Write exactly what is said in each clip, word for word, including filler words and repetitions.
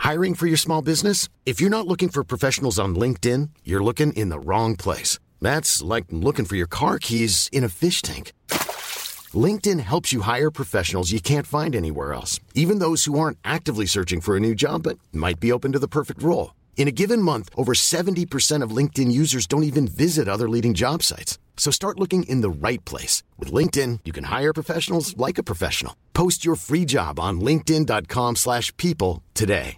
Hiring for your small business? If you're not looking for professionals on LinkedIn, you're looking in the wrong place. That's like looking for your car keys in a fish tank. LinkedIn helps you hire professionals you can't find anywhere else, even those who aren't actively searching for a new job but might be open to the perfect role. In a given month, over seventy percent of LinkedIn users don't even visit other leading job sites. So start looking in the right place. With LinkedIn, you can hire professionals like a professional. Post your free job on linkedin dot com slash people today.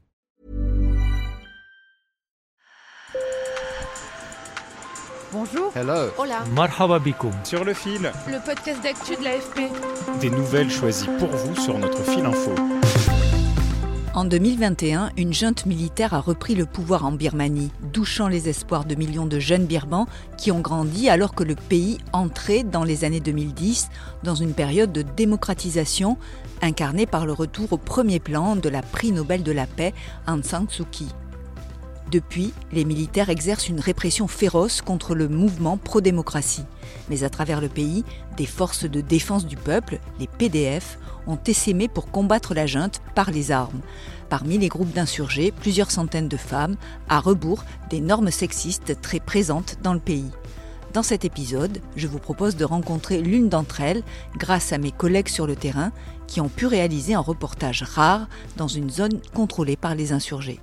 Bonjour. Hello. Hola. Marhaba bikoum. Sur le fil. Le podcast d'actu de l'A F P. Des nouvelles choisies pour vous sur notre fil info. En deux mille vingt et un, une junte militaire a repris le pouvoir en Birmanie, douchant les espoirs de millions de jeunes Birmans qui ont grandi alors que le pays entrait dans les années deux mille dix dans une période de démocratisation incarnée par le retour au premier plan de la prix Nobel de la paix Aung San Suu Kyi. Depuis, les militaires exercent une répression féroce contre le mouvement pro-démocratie. Mais à travers le pays, des forces de défense du peuple, les P D F, ont essaimé pour combattre la junte par les armes. Parmi les groupes d'insurgés, plusieurs centaines de femmes, à rebours des normes sexistes très présentes dans le pays. Dans cet épisode, je vous propose de rencontrer l'une d'entre elles grâce à mes collègues sur le terrain qui ont pu réaliser un reportage rare dans une zone contrôlée par les insurgés.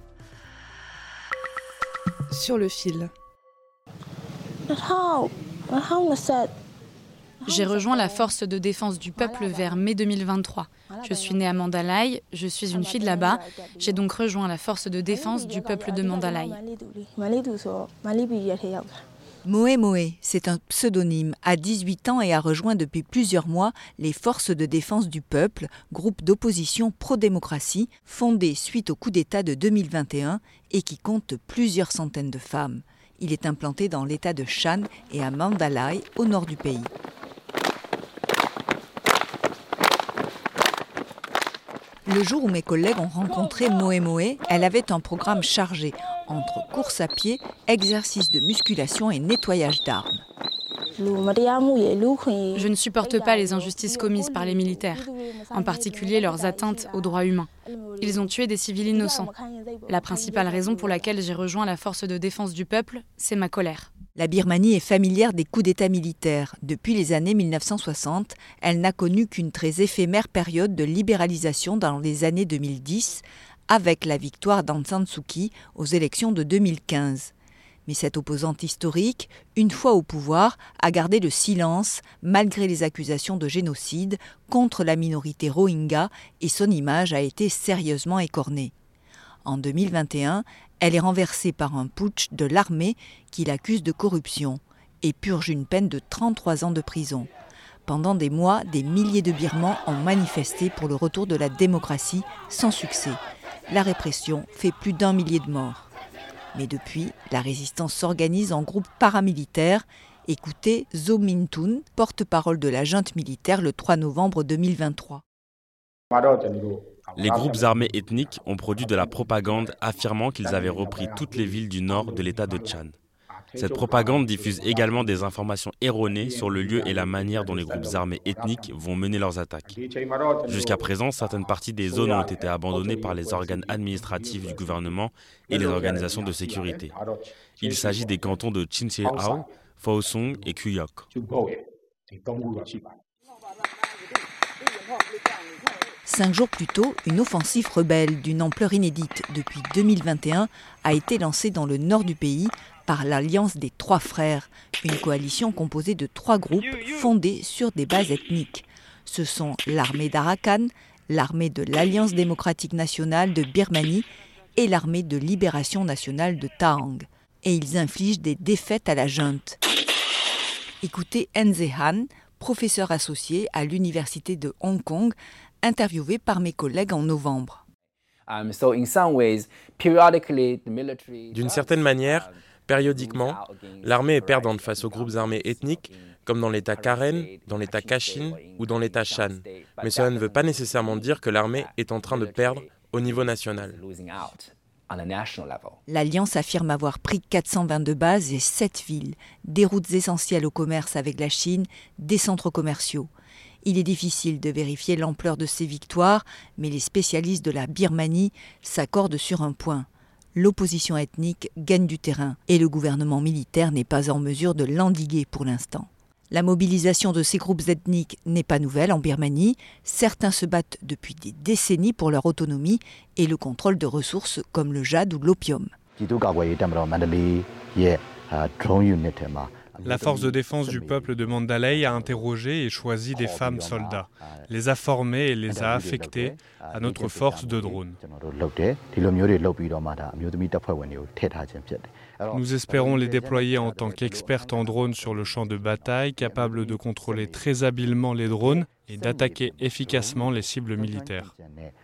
Sur le fil. J'ai rejoint la force de défense du peuple vers mai deux mille vingt-trois. Je suis née à Mandalay, je suis une fille de là-bas. J'ai donc rejoint la force de défense du peuple de Mandalay. Moé Moé, c'est un pseudonyme, a dix-huit ans et a rejoint depuis plusieurs mois les forces de défense du peuple, groupe d'opposition pro-démocratie, fondé suite au coup d'État de deux mille vingt et un et qui compte plusieurs centaines de femmes. Il est implanté dans l'état de Shan et à Mandalay, au nord du pays. Le jour où mes collègues ont rencontré Moé Moé, elle avait un programme chargé entre course à pied, exercice de musculation et nettoyage d'armes. Je ne supporte pas les injustices commises par les militaires, en particulier leurs atteintes aux droits humains. Ils ont tué des civils innocents. La principale raison pour laquelle j'ai rejoint la force de défense du peuple, c'est ma colère. La Birmanie est familière des coups d'État militaires. Depuis les années mille neuf cent soixante, elle n'a connu qu'une très éphémère période de libéralisation dans les années deux mille dix, avec la victoire d'Aung San Suu Kyi aux élections de deux mille quinze. Mais cette opposante historique, une fois au pouvoir, a gardé le silence malgré les accusations de génocide contre la minorité Rohingya et son image a été sérieusement écornée. En deux mille vingt et un, elle est renversée par un putsch de l'armée qui l'accuse de corruption et purge une peine de trente-trois ans de prison. Pendant des mois, des milliers de Birmans ont manifesté pour le retour de la démocratie sans succès. La répression fait plus d'un millier de morts. Mais depuis, la résistance s'organise en groupes paramilitaires. Écoutez Zo Min Tun, porte-parole de la junte militaire le trois novembre deux mille vingt-trois. Les groupes armés ethniques ont produit de la propagande affirmant qu'ils avaient repris toutes les villes du nord de l'état de Shan. Cette propagande diffuse également des informations erronées sur le lieu et la manière dont les groupes armés ethniques vont mener leurs attaques. Jusqu'à présent, certaines parties des zones ont été abandonnées par les organes administratifs du gouvernement et les organisations de sécurité. Il s'agit des cantons de Chincheao, Phao Song et Kuyok. Cinq jours plus tôt, une offensive rebelle d'une ampleur inédite depuis deux mille vingt et un a été lancée dans le nord du pays par l'Alliance des Trois Frères, une coalition composée de trois groupes fondés sur des bases ethniques. Ce sont l'armée d'Arakan, l'armée de l'Alliance démocratique nationale de Birmanie et l'armée de libération nationale de Tahang. Et ils infligent des défaites à la junte. Écoutez Enze Han, professeur associé à l'université de Hong Kong, interviewé par mes collègues en novembre. D'une certaine manière, périodiquement, l'armée est perdante face aux groupes armés ethniques, comme dans l'état Karen, dans l'état Kachin ou dans l'état Shan. Mais cela ne veut pas nécessairement dire que l'armée est en train de perdre au niveau national. L'Alliance affirme avoir pris quatre cent vingt-deux bases et sept villes, des routes essentielles au commerce avec la Chine, des centres commerciaux. Il est difficile de vérifier l'ampleur de ces victoires, mais les spécialistes de la Birmanie s'accordent sur un point. L'opposition ethnique gagne du terrain et le gouvernement militaire n'est pas en mesure de l'endiguer pour l'instant. La mobilisation de ces groupes ethniques n'est pas nouvelle en Birmanie. Certains se battent depuis des décennies pour leur autonomie et le contrôle de ressources comme le jade ou l'opium. La force de défense du peuple de Mandalay a interrogé et choisi des femmes soldats, les a formées et les a affectées à notre force de drones. Nous espérons les déployer en tant qu'expertes en drones sur le champ de bataille, capables de contrôler très habilement les drones et d'attaquer efficacement les cibles militaires.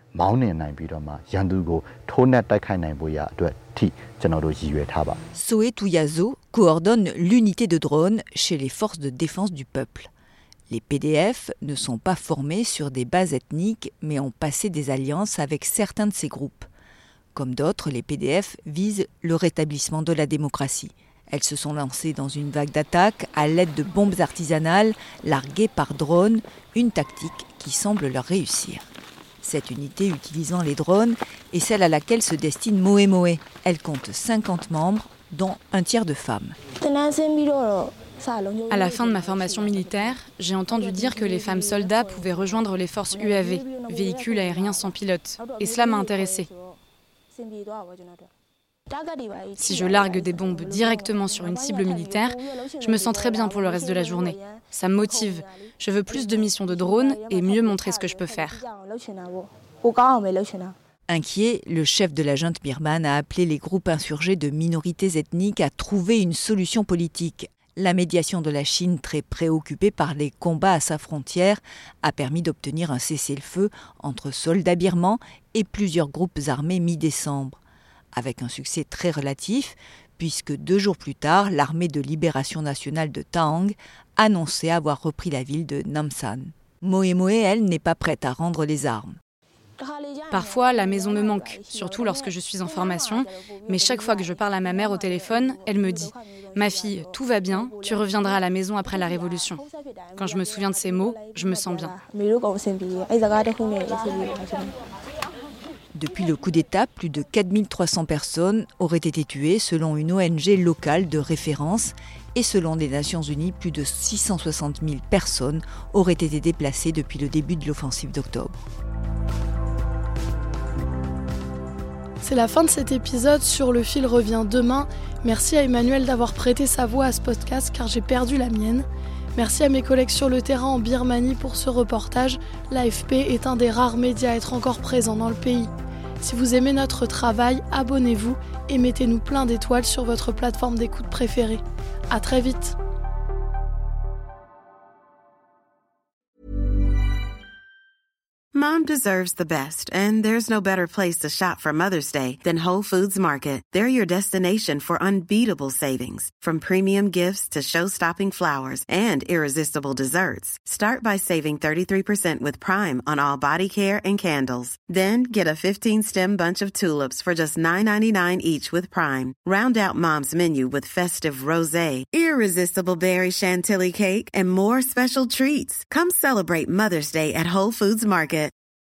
Soe Tuyazo coordonne l'unité de drones chez les forces de défense du peuple. Les P D F ne sont pas formés sur des bases ethniques, mais ont passé des alliances avec certains de ces groupes. Comme d'autres, les P D F visent le rétablissement de la démocratie. Elles se sont lancées dans une vague d'attaques à l'aide de bombes artisanales larguées par drone, une tactique qui semble leur réussir. Cette unité utilisant les drones est celle à laquelle se destine Moe Moe. Elle compte cinquante membres, dont un tiers de femmes. À la fin de ma formation militaire, j'ai entendu dire que les femmes soldats pouvaient rejoindre les forces U A V, véhicules aériens sans pilote, et cela m'a intéressée. Si je largue des bombes directement sur une cible militaire, je me sens très bien pour le reste de la journée. Ça me motive. Je veux plus de missions de drone et mieux montrer ce que je peux faire. Inquiet, le chef de la junte birmane a appelé les groupes insurgés de minorités ethniques à trouver une solution politique. La médiation de la Chine, très préoccupée par les combats à sa frontière, a permis d'obtenir un cessez-le-feu entre soldats birmans et plusieurs groupes armés mi-décembre. Avec un succès très relatif, puisque deux jours plus tard, l'armée de libération nationale de Taang annonçait avoir repris la ville de Namsan. Moe Moe, elle, n'est pas prête à rendre les armes. Parfois, la maison me manque, surtout lorsque je suis en formation, mais chaque fois que je parle à ma mère au téléphone, elle me dit « Ma fille, tout va bien, tu reviendras à la maison après la Révolution ». Quand je me souviens de ces mots, je me sens bien. Depuis le coup d'État, plus de quatre mille trois cents personnes auraient été tuées selon une O N G locale de référence et selon les Nations Unies, plus de six cent soixante mille personnes auraient été déplacées depuis le début de l'offensive d'octobre. C'est la fin de cet épisode. Sur le fil revient demain. Merci à Emmanuel d'avoir prêté sa voix à ce podcast car j'ai perdu la mienne. Merci à mes collègues sur le terrain en Birmanie pour ce reportage. L'A F P est un des rares médias à être encore présent dans le pays. Si vous aimez notre travail, abonnez-vous et mettez-nous plein d'étoiles sur votre plateforme d'écoute préférée. À très vite. Mom deserves the best, and there's no better place to shop for Mother's Day than Whole Foods Market. They're your destination for unbeatable savings, from premium gifts to show-stopping flowers and irresistible desserts. Start by saving thirty-three percent with Prime on all body care and candles. Then get a fifteen-stem bunch of tulips for just nine ninety-nine each with Prime. Round out Mom's menu with festive rosé, irresistible berry chantilly cake, and more special treats. Come celebrate Mother's Day at Whole Foods Market.